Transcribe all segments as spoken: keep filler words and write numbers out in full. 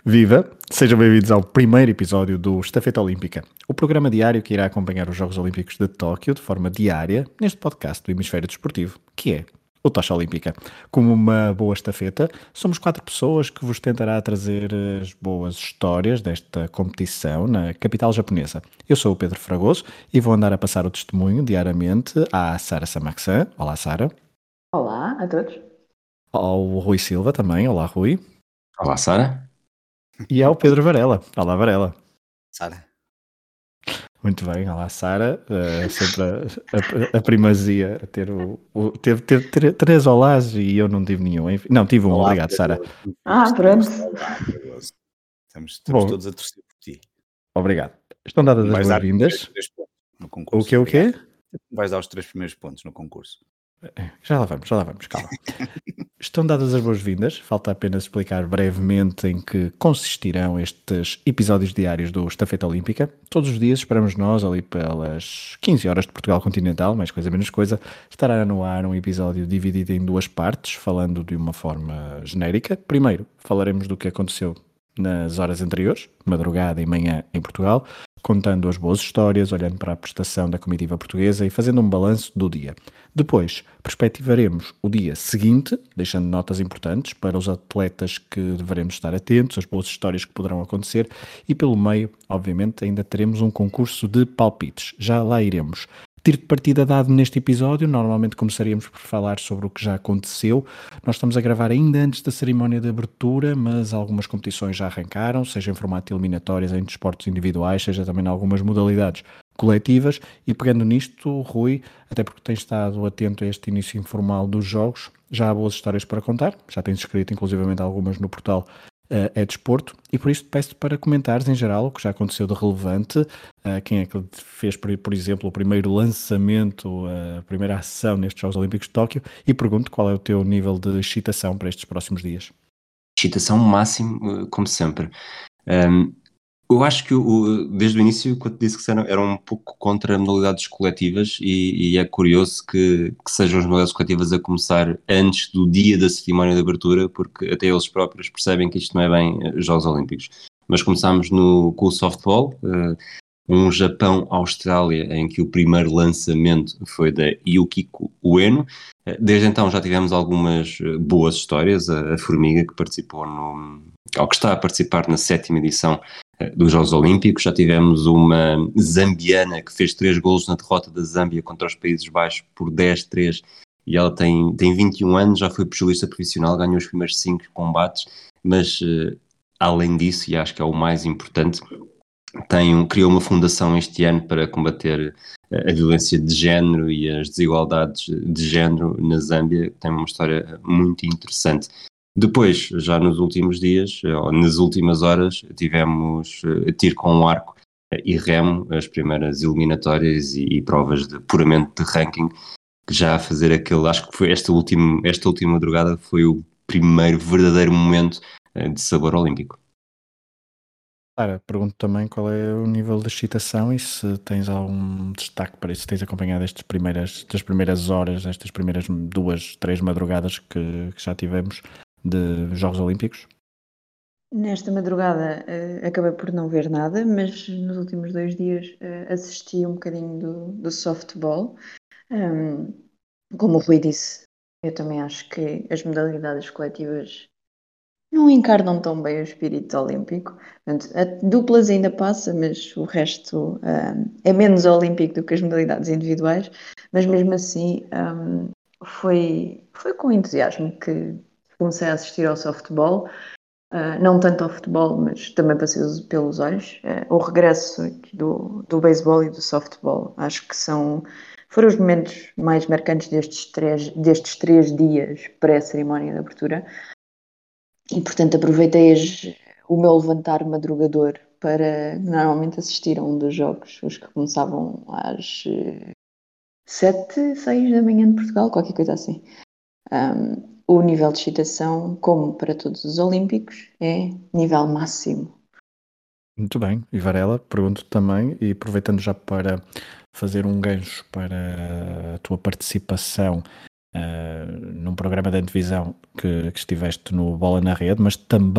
Viva! Sejam bem-vindos ao primeiro episódio do Estafeta Olímpica, o programa diário que irá acompanhar os Jogos Olímpicos de Tóquio de forma diária neste podcast do Hemisfério Desportivo, que é o Tocha Olímpica. Como uma boa estafeta, somos quatro pessoas que vos tentará trazer as boas histórias desta competição na capital japonesa. Eu sou o Pedro Fragoso e vou andar a passar o testemunho diariamente à Sara Samaxan. Olá, Sara. Olá a todos. Ao Rui Silva também. Olá, Rui. Olá, Sara. E ao Pedro Varela. Olá, Varela. Sara. Muito bem, olá Sara, uh, sempre a, a, a primazia a ter o, o teve, teve, teve três olás e eu não tive nenhum, enfim. Não, tive um, olá, obrigado Sara. Ah, pronto. Estamos, estamos Bom, todos a torcer por ti. Obrigado. Estão dadas as boas-vindas. No concurso. O que, o quê? Vais dar os três primeiros pontos no concurso. Já lá vamos, já lá vamos, calma. Estão dadas as boas-vindas, falta apenas explicar brevemente em que consistirão estes episódios diários do Estafeta Olímpica. Todos os dias esperamos nós, ali pelas quinze horas de Portugal Continental, mais coisa menos coisa, estará no ar um episódio dividido em duas partes, falando de uma forma genérica. Primeiro, falaremos do que aconteceu nas horas anteriores, madrugada e manhã em Portugal, contando as boas histórias, olhando para a prestação da comitiva portuguesa e fazendo um balanço do dia. Depois, perspectivaremos o dia seguinte, deixando notas importantes para os atletas que deveremos estar atentos, as boas histórias que poderão acontecer e pelo meio, obviamente, ainda teremos um concurso de palpites. Já lá iremos. Tiro de partida dado neste episódio, normalmente começaríamos por falar sobre o que já aconteceu. Nós estamos a gravar ainda antes da cerimónia de abertura, mas algumas competições já arrancaram, seja em formato de eliminatórias, em desportos individuais, seja também em algumas modalidades coletivas. E pegando nisto, Rui, até porque tens estado atento a este início informal dos jogos, já há boas histórias para contar, já tens escrito inclusivamente algumas no portal Uh, é desporto, e por isso peço-te para comentares em geral o que já aconteceu de relevante, uh, quem é que fez, por, por exemplo, o primeiro lançamento, uh, a primeira ação nestes Jogos Olímpicos de Tóquio, e pergunto qual é o teu nível de excitação para estes próximos dias. Excitação máximo, como sempre. Um, eu acho que o, desde o início, quando disse que eram, eram um pouco contra modalidades coletivas, e, e é curioso que, que sejam as modalidades coletivas a começar antes do dia da cerimónia de abertura, porque até eles próprios percebem que isto não é bem os Jogos Olímpicos. Mas começámos no, com o softball, uh, um Japão-Austrália, em que o primeiro lançamento foi da Yukiko Ueno. Uh, desde então já tivemos algumas boas histórias, a, a Formiga que participou no, ou que está a participar na sétima edição dos Jogos Olímpicos. Já tivemos uma zambiana que fez três golos na derrota da Zâmbia contra os Países Baixos por dez a três, e ela tem, tem vinte e um anos, já foi pugilista profissional, ganhou os primeiros cinco combates, mas uh, além disso, e acho que é o mais importante, tem, criou uma fundação este ano para combater a violência de género e as desigualdades de género na Zâmbia. Tem uma história muito interessante. Depois, já nos últimos dias, ou nas últimas horas, tivemos uh, tiro com um arco uh, e remo, as primeiras eliminatórias e, e provas de puramente de ranking, que já a fazer aquele, acho que foi esta última, esta última madrugada foi o primeiro verdadeiro momento uh, de sabor olímpico. Sara, pergunto também qual é o nível de excitação e se tens algum destaque para isso, se tens acompanhado estas primeiras, estas primeiras horas, estas primeiras duas, três madrugadas que, que já tivemos de Jogos Olímpicos? Nesta madrugada uh, acabei por não ver nada, mas nos últimos dois dias uh, assisti um bocadinho do, do softball. Um, como o Rui disse, eu também acho que as modalidades coletivas não encarnam tão bem o espírito olímpico. Portanto, a duplas ainda passa, mas o resto um, é menos olímpico do que as modalidades individuais, mas mesmo assim um, foi, foi com entusiasmo que comecei a assistir ao softball, uh, não tanto ao futebol, mas também passei pelos olhos. Uh, o regresso do, do beisebol e do softball, acho que são, foram os momentos mais marcantes destes três, destes três dias pré-cerimónia de abertura. E, portanto, aproveitei as, o meu levantar madrugador para normalmente assistir a um dos jogos, os que começavam às uh, sete, seis da manhã de Portugal, qualquer coisa assim. Um, o nível de excitação, como para todos os Olímpicos, é nível máximo. Muito bem. E Varela, pergunto também, e aproveitando já para fazer um gancho para a tua participação uh, num programa de antevisão que, que estiveste no Bola na Rede, mas também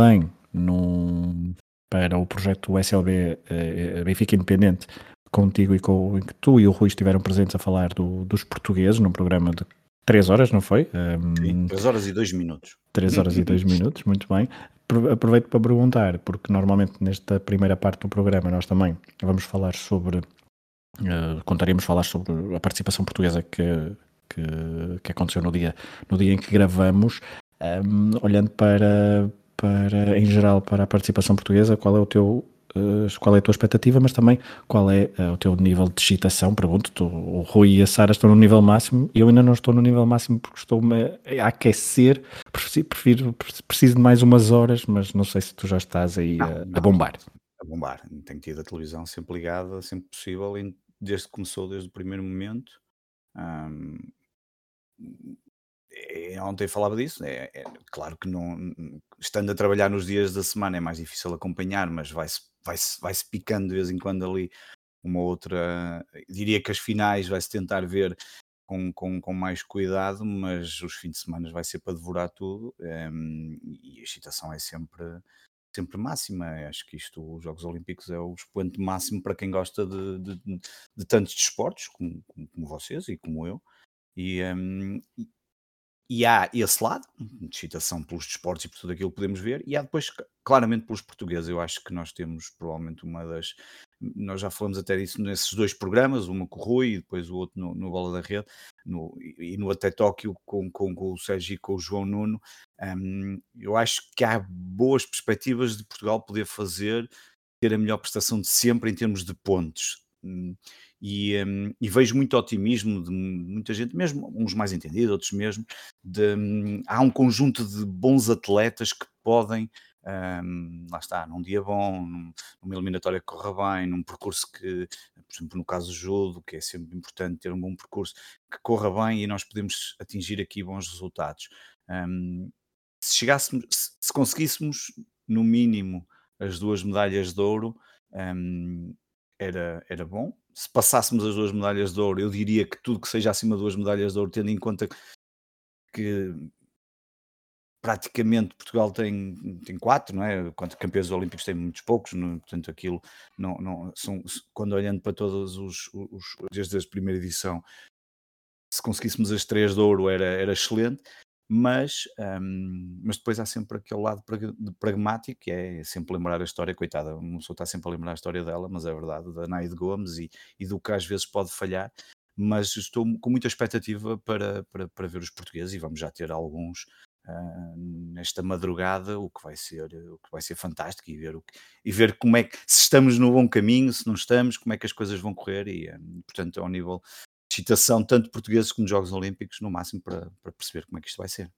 num, para o projeto S L B uh, Benfica Independente, contigo e com em que tu e o Rui estiveram presentes a falar do, dos portugueses, num programa de três horas, não foi? Sim, três horas e dois minutos. três horas e dois minutos, muito bem. Aproveito para perguntar, porque normalmente nesta primeira parte do programa nós também vamos falar sobre, uh, contaremos falar sobre a participação portuguesa que, que, que aconteceu no dia, no dia em que gravamos, um, olhando para, para, em geral, para a participação portuguesa, qual é o teu, uh, qual é a tua expectativa, mas também qual é uh, o teu nível de excitação? Pergunto-te, o Rui e a Sara estão no nível máximo, eu ainda não estou no nível máximo porque estou-me a aquecer, prefiro, prefiro, preciso de mais umas horas, mas não sei se tu já estás aí Não, a, não, a bombar. A bombar. Tenho tido a televisão sempre ligada, sempre possível, e desde que começou, desde o primeiro momento. Hum, é, ontem falava disso, é, é claro que não, estando a trabalhar nos dias da semana é mais difícil acompanhar, mas vai-se vai-se, vai-se picando de vez em quando ali uma outra, diria que as finais vai-se tentar ver com, com, com mais cuidado, mas os fins de semana vai ser para devorar tudo, hum, e a excitação é sempre, sempre máxima. Acho que isto, os Jogos Olímpicos, é o expoente máximo para quem gosta de, de, de, de tantos desportos como, como, como vocês e como eu. E, hum, e- e há esse lado, de excitação pelos desportos e por tudo aquilo que podemos ver, e há depois, c- claramente, pelos portugueses. Eu acho que nós temos provavelmente uma das. Nós já falamos até disso nesses dois programas, uma com o Rui e depois o outro no, no Bola da Rede, no, e e no Até Tóquio com, com, com o Sérgio e com o João Nuno. Hum, eu acho que há boas perspectivas de Portugal poder fazer, ter a melhor prestação de sempre em termos de pontos. Hum, E, hum, e vejo muito otimismo de muita gente, mesmo uns mais entendidos, outros mesmo. De, hum, há um conjunto de bons atletas que podem, hum, lá está, num dia bom, num- numa eliminatória que corra bem, num percurso que, por exemplo, no caso do judo, que é sempre importante ter um bom percurso, que corra bem e nós podemos atingir aqui bons resultados. Hum, se chegássemos, se, se conseguíssemos, no mínimo, as duas medalhas de ouro, hum, era, era bom. Se passássemos as duas medalhas de ouro, eu diria que tudo que seja acima de duas medalhas de ouro, tendo em conta que praticamente Portugal tem, tem quatro, não é? Quanto campeões olímpicos tem muitos poucos, não- portanto aquilo não, não são, quando olhando para todos os, os desde a primeira edição, se conseguíssemos as três de ouro era, era excelente, mas, hum, mas depois há sempre aquele lado prag- de pragmático, que é sempre lembrar a história, coitada, uma pessoa está sempre a lembrar a história dela, mas é verdade, da Naide Gomes e, e do que às vezes pode falhar, mas estou com muita expectativa para, para, para ver os portugueses, e vamos já ter alguns ah, nesta madrugada, o que vai ser, o que vai ser fantástico, e ver, o que- e ver como é que, se estamos no bom caminho, se não estamos, como é que as coisas vão correr, e hum, portanto ao nível excitação, tanto portugueses como Jogos Olímpicos, no máximo para, para perceber como é que isto vai ser.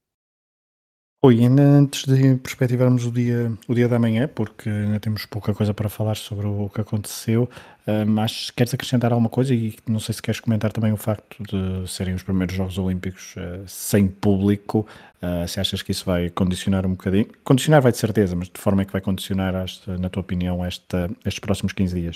Oi, ainda antes de perspectivarmos o dia, o dia da manhã, porque ainda temos pouca coisa para falar sobre o que aconteceu, ah, mas queres acrescentar alguma coisa? E não sei se queres comentar também o facto de serem os primeiros Jogos Olímpicos ah, sem público, ah, se achas que isso vai condicionar um bocadinho. Condicionar vai de certeza, mas de forma é que vai condicionar, esta, na tua opinião, esta, estes próximos quinze dias?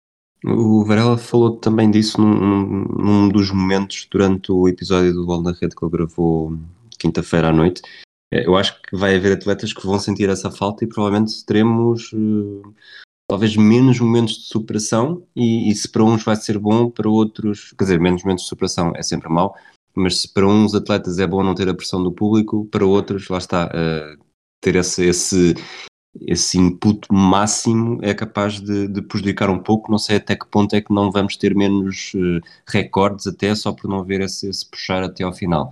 O Varela falou também disso num, num- num dos momentos durante o episódio do Bola na Rede que ele gravou quinta-feira à noite. Eh, Eu acho que vai haver atletas que vão sentir essa falta e provavelmente teremos eh, talvez menos momentos de superação e, e se para uns vai ser bom, para outros, quer dizer, menos momentos de superação é sempre mau, mas se para uns atletas é bom não ter a pressão do público, para outros, lá está, eh, ter esse, esse esse input máximo é capaz de, de prejudicar um pouco. Não sei até que ponto é que não vamos ter menos uh, recordes, até só por não haver esse, esse puxar até ao final.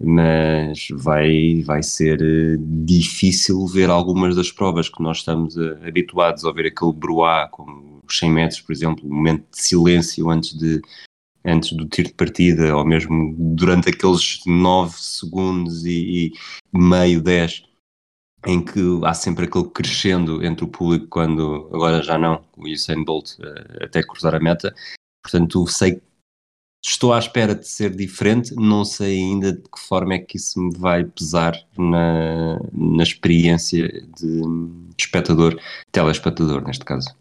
Mas vai, vai ser uh, difícil ver algumas das provas que nós estamos uh, habituados a ver, aquele bruá, como os cem metros, por exemplo, um momento de silêncio antes de antes do tiro de partida, ou mesmo durante aqueles nove segundos e, e meio, dez, em que há sempre aquele crescendo entre o público quando, agora já não, o Usain Bolt uh, até cruzar a meta. Portanto, sei, estou à espera de ser diferente, não sei ainda de que forma é que isso me vai pesar na, na experiência de, de espectador, telespectador neste caso.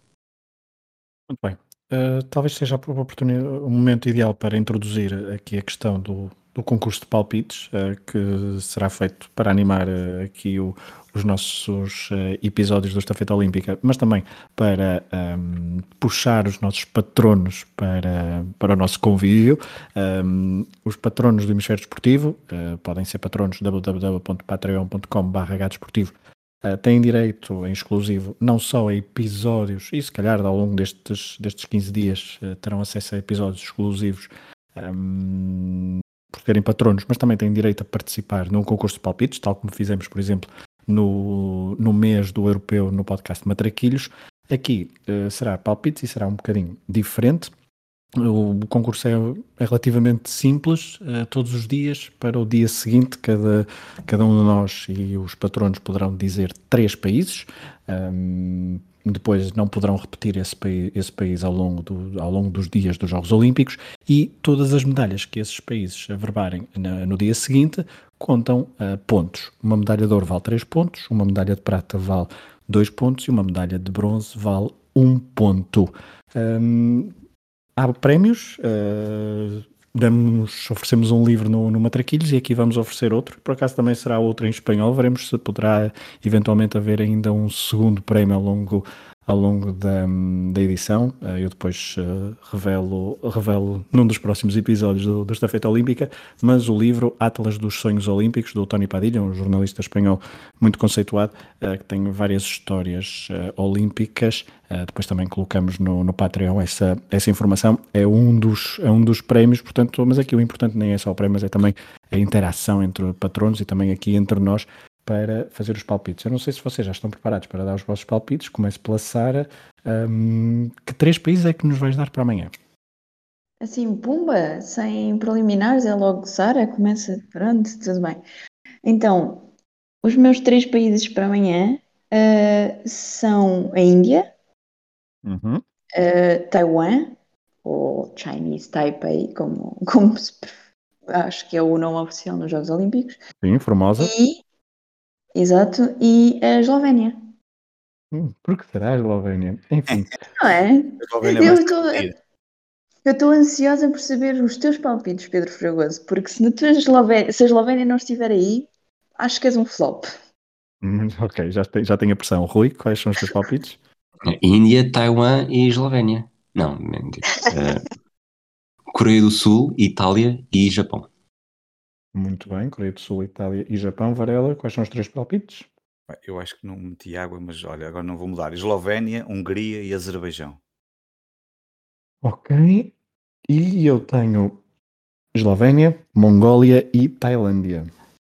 Muito bem. Uh, talvez seja a oportunidade, o momento ideal para introduzir aqui a questão do, do concurso de palpites, uh, que será feito para animar uh, aqui o, os nossos uh, episódios do Estafeta Olímpica, mas também para um, puxar os nossos patronos para, para o nosso convívio. Um, os patronos do Hemisfério Desportivo uh, podem ser patronos w w w ponto patreon ponto com barra gadesportivo. Uh, têm direito em exclusivo não só a episódios, e se calhar ao longo destes, destes quinze dias uh, terão acesso a episódios exclusivos um, por serem patronos, mas também têm direito a participar num concurso de palpites, tal como fizemos, por exemplo, no, no mês do Europeu no podcast Matraquilhos. Aqui uh, será palpites e será um bocadinho diferente. O concurso é, é relativamente simples, uh, todos os dias. Para o dia seguinte, cada, cada um de nós e os patronos poderão dizer três países. Um, depois não poderão repetir esse, país, esse país ao longo, do, ao longo dos dias dos Jogos Olímpicos, e todas as medalhas que esses países averbarem na, no dia seguinte contam uh, pontos. Uma medalha de ouro vale três pontos, uma medalha de prata vale dois pontos e uma medalha de bronze vale um ponto. Um, Há prémios, uh, damos, oferecemos um livro no, no Matraquilhos e aqui vamos oferecer outro. Por acaso também será outro em espanhol. Veremos se poderá eventualmente haver ainda um segundo prémio ao longo, ao longo da, da edição. Uh, eu depois uh, revelo, revelo num dos próximos episódios do, do Estafeta Olímpica, mas o livro Atlas dos Sonhos Olímpicos, do Tony Padilha, um jornalista espanhol muito conceituado, uh, que tem várias histórias uh, olímpicas. Uh, depois também colocamos no, no Patreon essa, essa informação. É um, dos, é um dos prémios, portanto, mas aqui o importante nem é só o prémio, mas é também a interação entre patronos e também aqui entre nós para fazer os palpites. Eu não sei se vocês já estão preparados para dar os vossos palpites. Começo pela Sara. Um, que três países é que nos vais dar para amanhã? Assim, pumba, sem preliminares, é logo Sara, começa, pronto, tudo bem. Então, os meus três países para amanhã uh, são a Índia, Uhum. uh, Taiwan, ou Chinese Taipei, como, como se, acho que é o nome oficial nos Jogos Olímpicos. Sim, Formosa. E, exato, e a Eslovénia. Hum, por que será a Eslovénia? Enfim. Não é? A Eslovénia vai Eu ser estou... bonita. Eu estou ansiosa por saber os teus palpites, Pedro Fragoso, porque se, na tua Eslovénia, se a Eslovénia não estiver aí, acho que és um flop. Hum, ok, já, tem, já tenho a pressão. Rui, quais são os teus palpites? Índia, Taiwan e Eslovénia. Não, mentira. Uh, Coreia do Sul, Itália e Japão. Muito bem, Coreia do Sul, Itália e Japão. Varela, quais são os três palpites? Eu acho que não meti água, mas olha, agora não vou mudar. Eslovénia, Hungria e Azerbaijão. Ok. E eu tenho Eslovénia, Mongólia e Tailândia.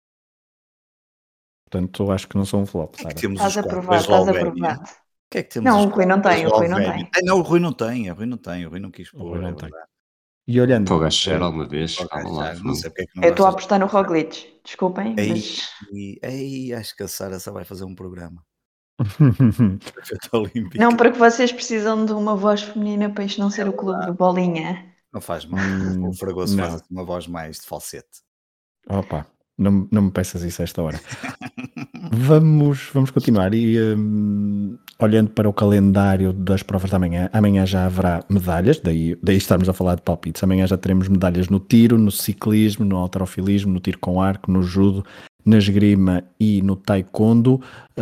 Portanto, acho que não são um flop, Quem é que Sara. temos Estás os quatro? aprovado, estás Eslovénia. aprovado. Quem é que temos Não, os o Rui não quatro? tem, o Rui não Eslovénia. tem. Ah, não, o Rui não tem, o Rui não tem, o Rui não quis O pôr, Rui não é tem. verdade. E olhando, Estou a gastar eh, alguma vez, Estou a calma lá. gastar, não sei porque é que não Eu estou a gostas. apostar no Roglic, desculpem, Ei, mas ei, acho que a Sara só vai fazer um programa. Estafeta não, Olímpica. porque vocês precisam de uma voz feminina para isto não ser o clube de bolinha. Não faz mal. Hum, O Fragoso faz não. assim uma voz mais de falsete. Opa, não, não me peças isso a esta hora. Vamos, vamos continuar e hum, olhando para o calendário das provas da manhã, amanhã já haverá medalhas, daí, daí estarmos a falar de palpites. Amanhã já teremos medalhas no tiro, no ciclismo, no halterofilismo, no tiro com arco, no judo, na esgrima e no taekwondo.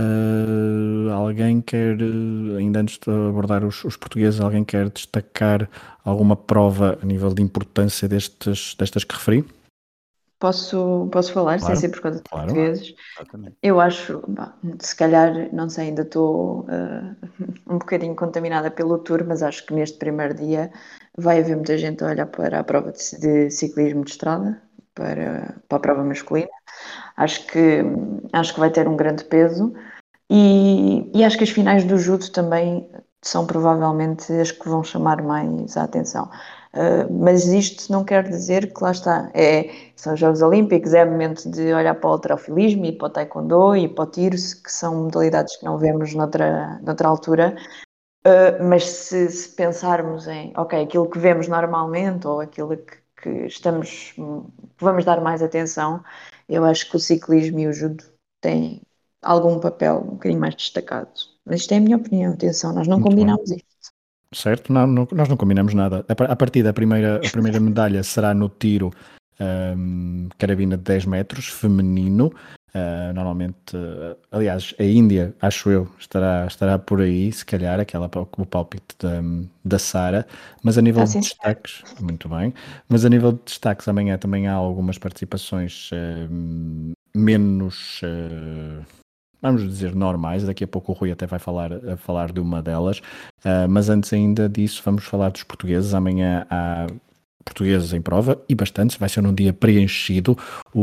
Uh, alguém quer, ainda antes de abordar os, os portugueses, alguém quer destacar alguma prova a nível de importância destes, destas que referi? Posso, posso falar, Claro, sem ser por causa de claro. portugueses? Exatamente. Eu acho, bah, se calhar, não sei, ainda estou uh, um bocadinho contaminada pelo Tour, mas acho que neste primeiro dia vai haver muita gente a olhar para a prova de, de ciclismo de estrada, para, para a prova masculina. Acho que, acho que vai ter um grande peso e, e acho que as finais do judo também são provavelmente as que vão chamar mais a atenção. Uh, mas isto não quer dizer que lá está, é, são os Jogos Olímpicos, é momento de olhar para o halterofilismo e para o taekwondo e para o tiro, que são modalidades que não vemos noutra, noutra altura, uh, mas se, se pensarmos em, ok, aquilo que vemos normalmente ou aquilo que, que estamos, que vamos dar mais atenção, eu acho que o ciclismo e o judo têm algum papel um bocadinho mais destacado. Mas isto é a minha opinião, atenção, nós não Muito combinamos isto. Certo? Não, não- nós não combinamos nada. A, par- a partir da primeira, a primeira medalha será no tiro um, carabina de dez metros, feminino. Uh, normalmente, uh, aliás, a Índia, acho eu, estará, estará por aí, se calhar, aquela o palpite da, da Sara, mas a nível Ah, de sim, destaques, muito bem, mas a nível de destaques amanhã também há algumas participações uh, menos, uh, vamos dizer, normais. Daqui a pouco o Rui até vai falar, a falar de uma delas, uh, mas antes ainda disso vamos falar dos portugueses. Amanhã há portugueses em prova e bastantes, vai ser um dia preenchido.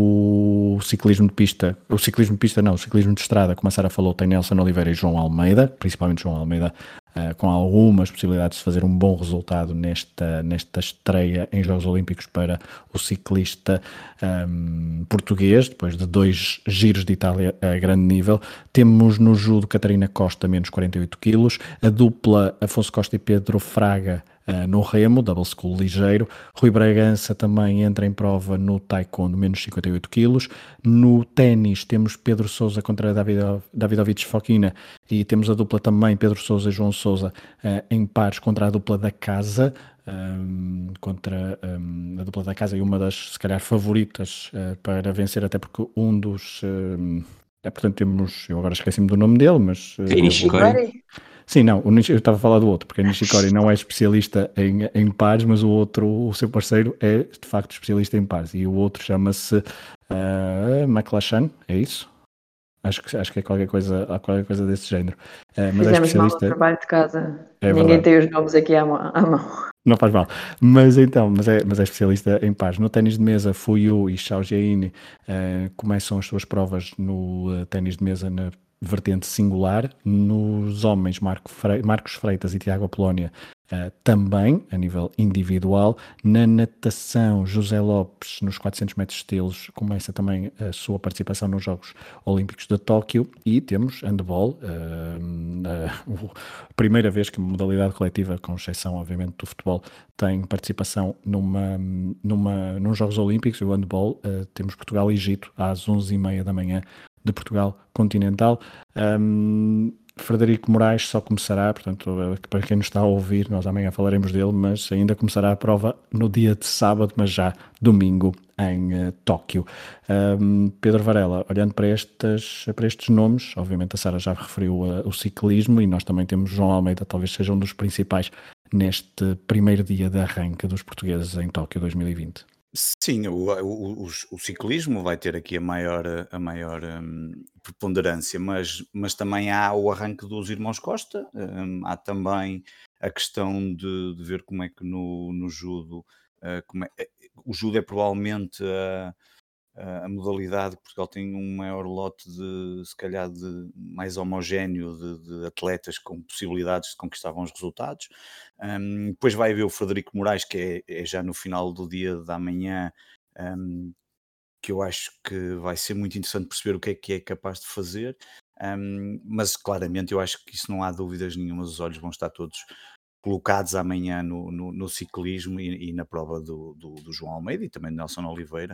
O ciclismo de pista, o ciclismo de pista não, o ciclismo de estrada, como a Sara falou, tem Nelson Oliveira e João Almeida, principalmente João Almeida, uh, com algumas possibilidades de fazer um bom resultado nesta, nesta estreia em Jogos Olímpicos para o ciclista um, português, depois de dois giros de Itália a grande nível. Temos no judo Catarina Costa, menos quarenta e oito quilos, a dupla Afonso Costa e Pedro Fraga Uh, no remo, double school ligeiro. Rui Bragança também entra em prova no taekwondo, menos cinquenta e oito quilos. No ténis temos Pedro Sousa contra David, Davidovich Fokina e temos a dupla também Pedro Sousa e João Sousa uh, em pares contra a dupla da casa, um, contra um, a dupla da casa e uma das, se calhar, favoritas uh, para vencer, até porque um dos... Um, é, portanto, temos... Eu agora esqueci-me do nome dele, mas... Uh, Nishikori? Sim, não, o Nish, eu estava a falar do outro, porque o Nishikori não é especialista em, em pares, mas o outro, o seu parceiro, é de facto especialista em pares. E o outro chama-se uh, McLachlan, é isso? Acho que, acho que é qualquer coisa, qualquer coisa desse género. Uh, mas fizemos é especialista... mal o trabalho de casa. É Ninguém verdade. tem os nomes aqui à mão. À mão. Não faz mal. Mas então, mas é, mas é especialista em pares. No ténis de mesa, Fuyu e Xiao Jiayin uh, começam as suas provas no uh, ténis de mesa na vertente singular. Nos homens, Marco Fre- Marcos Freitas e Tiago Apolónia uh, também, a nível individual. Na natação, José Lopes, nos quatrocentos metros estilos, começa também a sua participação nos Jogos Olímpicos de Tóquio. E temos handball, uh, uh, a primeira vez que a modalidade coletiva, com exceção, obviamente, do futebol, tem participação numa, numa, nos Jogos Olímpicos. O handball, uh, temos Portugal e Egito às onze e meia da manhã de Portugal continental. Um, Frederico Moraes só começará, portanto, para quem nos está a ouvir, nós amanhã falaremos dele, mas ainda começará a prova no dia de sábado, mas já domingo em uh, Tóquio. Um, Pedro Varela, olhando para, estas, para estes nomes, obviamente a Sara já referiu uh, o ciclismo e nós também temos João Almeida, talvez seja um dos principais neste primeiro dia de arranque dos portugueses em Tóquio dois mil e vinte. Sim, o, o, o, o ciclismo vai ter aqui a maior, a maior um, preponderância, mas, mas também há o arranque dos irmãos Costa, um, há também a questão de, de ver como é que no, no judo, uh, como é, o judo é provavelmente a, a modalidade que Portugal tem um maior lote de, se calhar, de mais homogéneo de, de atletas com possibilidades de conquistar bons resultados. Um, depois vai haver o Frederico Moraes, que é, é já no final do dia da manhã, um, que eu acho que vai ser muito interessante perceber o que é que é capaz de fazer. Um, mas claramente eu acho que isso não há dúvidas nenhuma, os olhos vão estar todos colocados amanhã no, no, no ciclismo e, e na prova do, do, do João Almeida e também do Nelson Oliveira.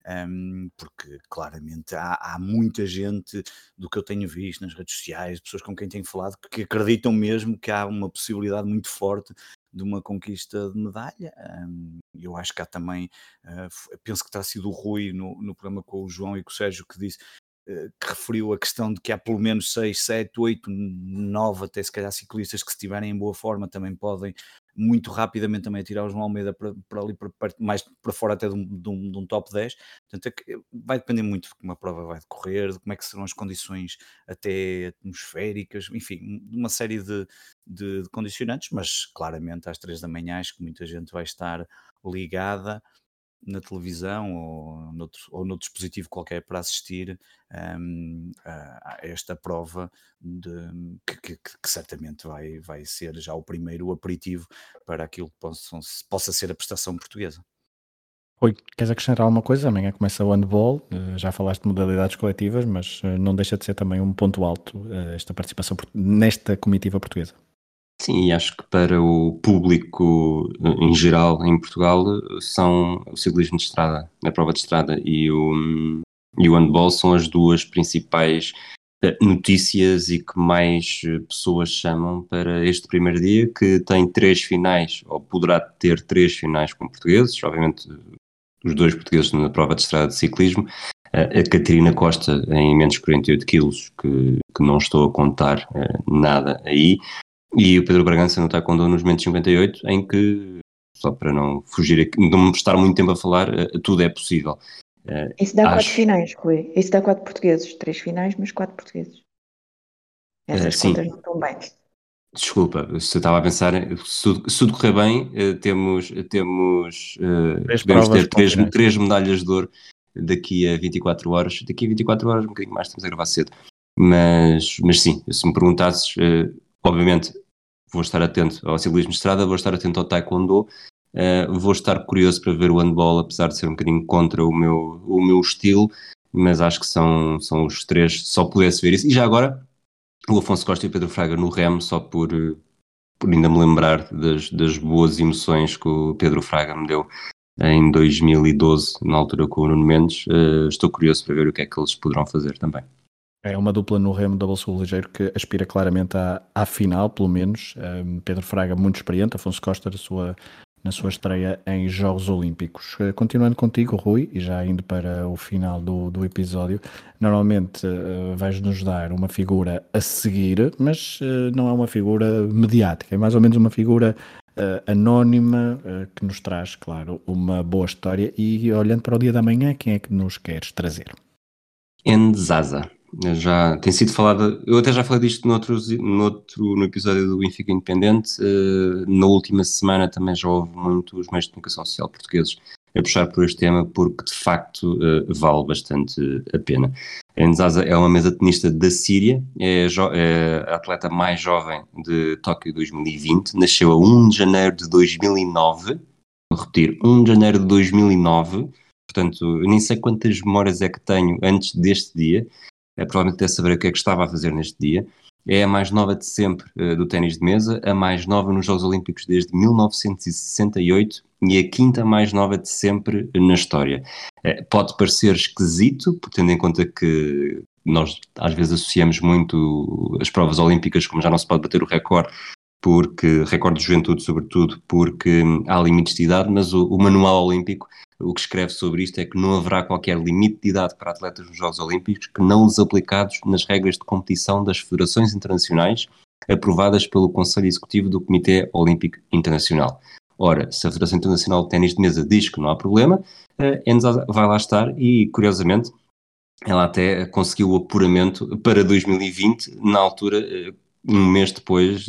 Um, porque claramente há, há muita gente, do que eu tenho visto nas redes sociais, pessoas com quem tenho falado, que acreditam mesmo que há uma possibilidade muito forte de uma conquista de medalha. Um, eu acho que há também, uh, penso que terá sido o Rui no, no programa com o João e com o Sérgio que disse, uh, que referiu a questão de que há pelo menos seis, sete, oito, nove até se calhar ciclistas que se estiverem em boa forma também podem muito rapidamente também tirar o João Almeida para, para ali, para, para, mais para fora até de um, de um, de um top dez. Portanto, é vai depender muito de como a prova vai decorrer, de como é que serão as condições até atmosféricas, enfim, uma série de, de, de condicionantes, mas claramente às três da manhã acho que muita gente vai estar ligada na televisão ou noutro, ou noutro dispositivo qualquer para assistir um, a, a esta prova de, que, que, que certamente vai, vai ser já o primeiro aperitivo para aquilo que possa, possa ser a prestação portuguesa. Oi, queres acrescentar alguma coisa? Amanhã começa o handball, já falaste de modalidades coletivas, mas não deixa de ser também um ponto alto esta participação nesta comitiva portuguesa. Sim, e acho que para o público em geral em Portugal são o ciclismo de estrada, a prova de estrada e o, e o handball são as duas principais notícias e que mais pessoas chamam para este primeiro dia, que tem três finais, ou poderá ter três finais com portugueses, obviamente os dois portugueses na prova de estrada de ciclismo. Uh, a Catarina Costa em menos quarenta e oito quilos, que, que não estou a contar uh, nada aí, e o Pedro Bragança no taekwondo nos menos cinquenta e oito, em que, só para não fugir aqui, não estar muito tempo a falar, uh, tudo é possível. Uh, Isso dá quatro acho, finais, Rui. Isso dá quatro portugueses. Três finais, mas quatro portugueses. Essas uh, contas sim, não estão bem. desculpa, se eu estava a pensar, se, se tudo correr bem, uh, temos, temos uh, Três podemos provas ter com três, finais. três medalhas de ouro daqui a vinte e quatro horas. Daqui a vinte e quatro horas, um bocadinho mais, estamos a gravar cedo. Mas, mas sim, se me perguntasses, uh, obviamente vou estar atento ao ciclismo de estrada, vou estar atento ao taekwondo, uh, vou estar curioso para ver o handball, apesar de ser um bocadinho contra o meu, o meu estilo, mas acho que são, são os três, só pudesse ver isso. E já agora, o Afonso Costa e o Pedro Fraga no remo, só por, por ainda me lembrar das, das boas emoções que o Pedro Fraga me deu em dois mil e doze, na altura com o Nuno Mendes. Uh, estou curioso para ver o que é que eles poderão fazer também. É uma dupla no remo double sul ligeiro que aspira claramente à, à final, pelo menos. Um, Pedro Fraga, muito experiente, Afonso Costa, na sua, na sua estreia em Jogos Olímpicos. Uh, continuando contigo, Rui, e já indo para o final do, do episódio, normalmente uh, vais-nos dar uma figura a seguir, mas uh, não é uma figura mediática, é mais ou menos uma figura uh, anónima uh, que nos traz, claro, uma boa história. E olhando para o dia da manhã, quem é que nos queres trazer? Enzaza. Já tem sido falado, eu até já falei disto noutros, noutro, no episódio do Benfica Independente. Uh, na última semana também já houve muitos meios de comunicação social portugueses a puxar por este tema, porque de facto uh, vale bastante a pena. A Enzaza é uma mesa-tenista da Síria, é, é a atleta mais jovem de Tóquio dois mil e vinte, nasceu a um de janeiro de dois mil e nove, vou repetir, um de janeiro de dois mil e nove, portanto eu nem sei quantas memórias é que tenho antes deste dia. É, provavelmente deve saber o que é que estava a fazer neste dia. É a mais nova de sempre uh, do ténis de mesa, a mais nova nos Jogos Olímpicos desde mil novecentos e sessenta e oito e a quinta mais nova de sempre na história. Uh, pode parecer esquisito, tendo em conta que nós às vezes associamos muito as provas olímpicas, como já não se pode bater o recorde, porque recorde de juventude sobretudo, porque hum, há limites de idade, mas o, o manual olímpico o que escreve sobre isto é que não haverá qualquer limite de idade para atletas nos Jogos Olímpicos que não os aplicados nas regras de competição das federações internacionais aprovadas pelo Conselho Executivo do Comitê Olímpico Internacional. Ora, se a Federação Internacional de Ténis de Mesa diz que não há problema, a Enza vai lá estar e, curiosamente, ela até conseguiu o apuramento para dois mil e vinte, na altura, um mês depois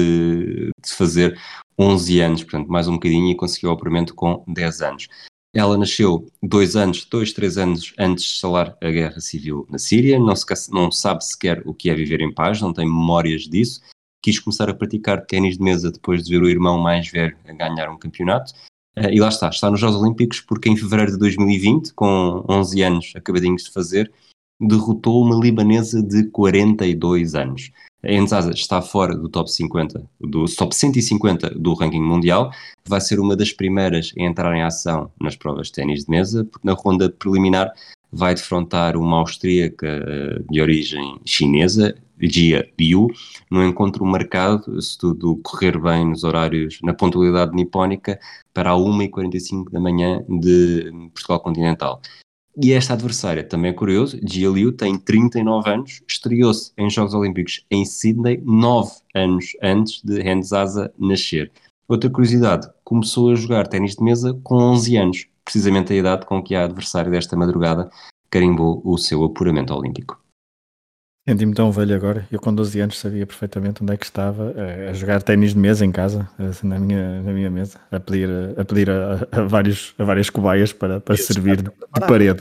de, de fazer onze anos, portanto, mais um bocadinho, e conseguiu o apuramento com dez anos. Ela nasceu dois anos, dois, três anos antes de instalar a guerra civil na Síria, não, se, não sabe sequer o que é viver em paz, não tem memórias disso. Quis começar a praticar ténis de mesa depois de ver o irmão mais velho a ganhar um campeonato. Uh, e lá está, está nos Jogos Olímpicos porque em fevereiro de dois mil e vinte, com onze anos acabadinhos de fazer, derrotou uma libanesa de quarenta e dois anos. A Enzaza está fora do top cinquenta, do top cento e cinquenta do ranking mundial, vai ser uma das primeiras a entrar em ação nas provas de ténis de mesa, porque na ronda preliminar vai defrontar uma austríaca de origem chinesa, Jia Liu, num encontro marcado, se tudo correr bem nos horários, na pontualidade nipónica, para a uma e quarenta e cinco da manhã de Portugal continental. E esta adversária, também é curioso, Jia Liu tem trinta e nove anos, estreou-se em Jogos Olímpicos em Sydney nove anos antes de Enzaza nascer. Outra curiosidade, começou a jogar ténis de mesa com onze anos, precisamente a idade com que a adversária desta madrugada carimbou o seu apuramento olímpico. Senti-me tão velho agora. Eu com doze anos sabia perfeitamente onde é que estava a jogar ténis de mesa em casa, assim, na, minha, na minha mesa, a pedir, a, pedir a, a, vários, a várias cobaias para, para servir de, de parede.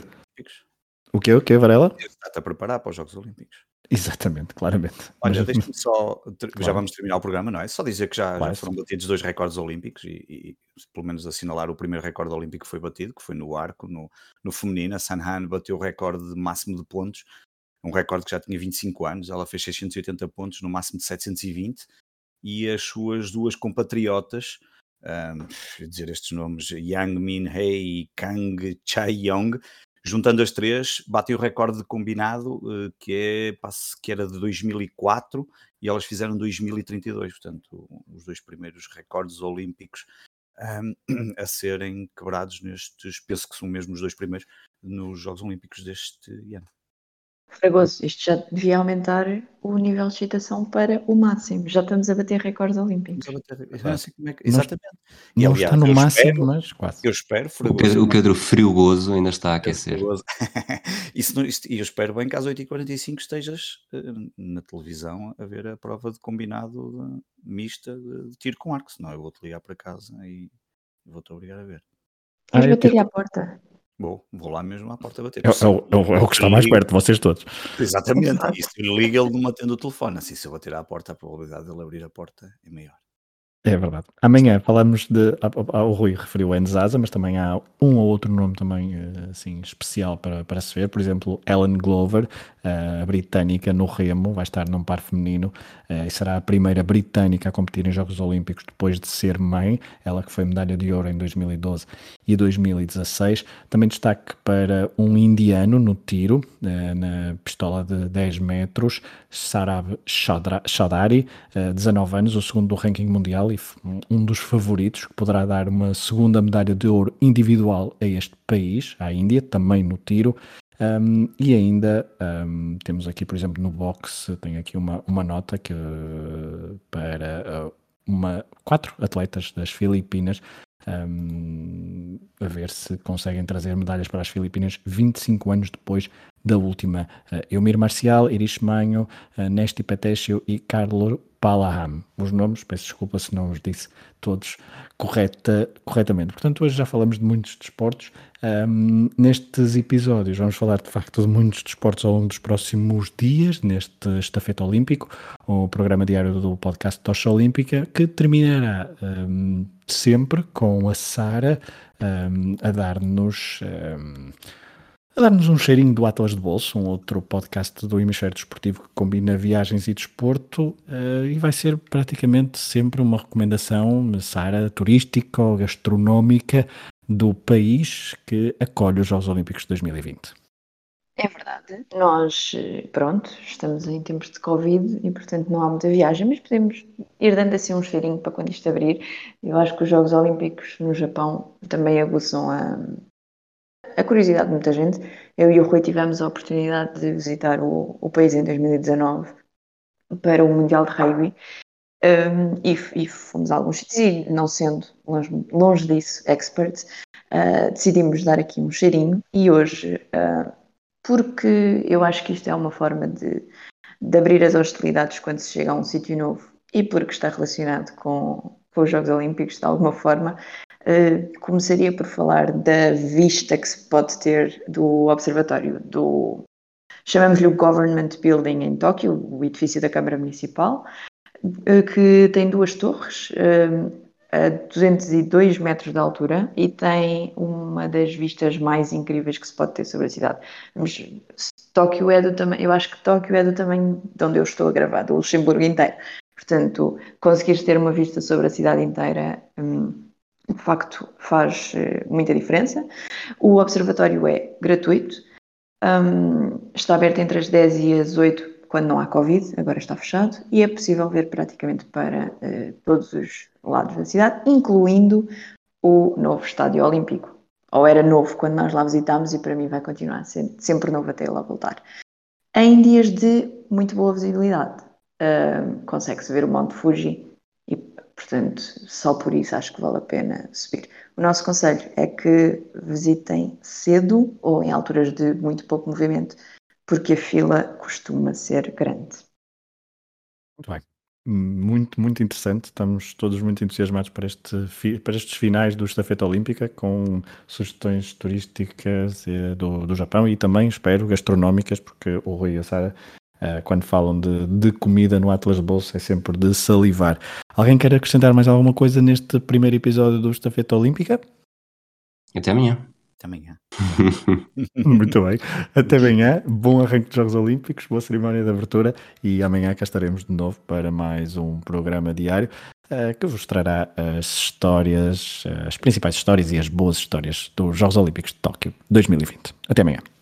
O quê? O quê, Varela? Está-te a preparar para os Jogos Olímpicos. Exatamente, claramente. Olha, Mas, deixa-me só, já claro. vamos terminar o programa, não é? Só dizer que já, Claro. já foram batidos dois recordes olímpicos e, e pelo menos assinalar o primeiro recorde olímpico que foi batido, que foi no arco, no, no feminino. A Sanhan bateu o recorde máximo de pontos, um recorde que já tinha vinte e cinco anos, ela fez seiscentos e oitenta pontos no máximo de setecentos e vinte, e as suas duas compatriotas, um, dizer estes nomes, Yang Min-hei e Kang Chae-yong, juntando as três, batem o recorde combinado, uh, que, é, que era de dois mil e quatro, e elas fizeram dois mil e trinta e dois, portanto, os dois primeiros recordes olímpicos um, a serem quebrados nestes, penso que são mesmo os dois primeiros, nos Jogos Olímpicos deste ano. Fragoso, isto já devia aumentar o nível de excitação para o máximo. Já estamos a bater recordes olímpicos. Vamos a bater- eu Verdade. não sei como é que- Não- Exatamente. E Não aliás, está no eu máximo, espero, mas quase. eu espero, O Fragoso, Pedro, o uma- Pedro Friogoso ainda está a aquecer. Fragoso. Isso não- isto- E eu espero bem que às oito e quarenta e cinco estejas eh, na televisão a ver a prova de combinado de- mista de, de tiro com arco, senão eu vou-te ligar para casa e vou-te obrigar a ver. Ah, Vais é bater-lhe tiro- à porta. Vou, vou lá mesmo à porta bater. É, é o- é o- é o que está mais perto de vocês todos. Exatamente. Exato. E se eu ligo, ele não me atende o telefone. Assim, se eu bater à porta, a probabilidade de ele abrir a porta é maior. É verdade. Amanhã falamos de. a- a- O Rui referiu a Nzasa, mas também há um ou outro nome também eh, assim, especial para, para se ver. Por exemplo, Ellen Glover, eh, a britânica no remo, vai estar num par feminino eh, e será a primeira britânica a competir em Jogos Olímpicos depois de ser mãe. Ela que foi medalha de ouro em dois mil e doze e dois mil e dezasseis. Também destaque para um indiano no tiro, eh, na pistola de dez metros, Sarab Chaudhra- Chaudhary, eh, dezanove anos, o segundo do ranking mundial e f- um dos favoritos, que poderá dar uma segunda medalha de ouro individual a este país, à Índia, também no tiro. Um, e ainda um, temos aqui, por exemplo, no boxe, tem aqui uma, uma nota que, uh, para uh, uma, quatro atletas das Filipinas, um, a ver se conseguem trazer medalhas para as Filipinas vinte e cinco anos depois da última. Uh, Eumir Marcial, Iris Manho, uh, Nesti Petesio e Carlo Palaham. Os nomes, peço desculpa se não os disse todos correta, corretamente. Portanto, hoje já falamos de muitos desportos. Um, nestes episódios vamos falar de facto de muitos desportos ao longo dos próximos dias, neste Estafeta Olímpico, o programa diário do podcast Tocha Olímpica, que terminará um, sempre com a Sara um, a dar-nos... Um, a dar-nos um cheirinho do Atlas de Bolso, um outro podcast do Hemisfério Desportivo que combina viagens e desporto, uh, e vai ser praticamente sempre uma recomendação, Sara, turística ou gastronómica do país que acolhe os Jogos Olímpicos de dois mil e vinte. É verdade. Nós, eh, pronto, estamos em tempos de Covid e, portanto, não há muita viagem, mas podemos ir dando assim um cheirinho para quando isto abrir. Eu acho que os Jogos Olímpicos no Japão também aguçam a, a curiosidade de muita gente. Eu e o Rui tivemos a oportunidade de visitar o, o país em dois mil e dezanove para o Mundial de Rugby. Um, e, e fomos a alguns sítios e, não sendo longe, longe disso experts, uh, decidimos dar aqui um cheirinho. E hoje, uh, porque eu acho que isto é uma forma de, de abrir as hostilidades quando se chega a um sítio novo e porque está relacionado com, com os Jogos Olímpicos de alguma forma, uh, começaria por falar da vista que se pode ter do observatório do, chamamos-lhe o Government Building em Tóquio, o edifício da Câmara Municipal, que tem duas torres a duzentos e dois metros de altura e tem uma das vistas mais incríveis que se pode ter sobre a cidade. Mas Tóquio é do tamanho, eu acho que Tóquio é do tamanho de onde eu estou a gravar, do Luxemburgo inteiro. Portanto, conseguires ter uma vista sobre a cidade inteira, de facto, faz muita diferença. O observatório é gratuito, está aberto entre as dez e as oito quando não há Covid, agora está fechado, e é possível ver praticamente para uh, todos os lados da cidade, incluindo o novo Estádio Olímpico. Ou era novo quando nós lá visitámos e para mim vai continuar sempre, sempre novo até lá voltar. Em dias de muito boa visibilidade, uh, consegue-se ver o Monte Fuji e, portanto, só por isso acho que vale a pena subir. O nosso conselho é que visitem cedo ou em alturas de muito pouco movimento, porque a fila costuma ser grande. Muito bem. Muito, muito interessante. Estamos todos muito entusiasmados para, este, para estes finais do Estafeta Olímpica, com sugestões turísticas eh, do, do Japão e também, espero, gastronómicas, porque o Rui e a Sara, eh, quando falam de, de comida no Atlas de Bolso, é sempre de salivar. Alguém quer acrescentar mais alguma coisa neste primeiro episódio do Estafeta Olímpica? Até amanhã. Até amanhã. Muito bem. Até amanhã. Bom arranque dos Jogos Olímpicos, boa cerimónia de abertura e amanhã cá estaremos de novo para mais um programa diário uh, que vos trará as histórias, as principais histórias e as boas histórias dos Jogos Olímpicos de Tóquio dois mil e vinte. Até amanhã.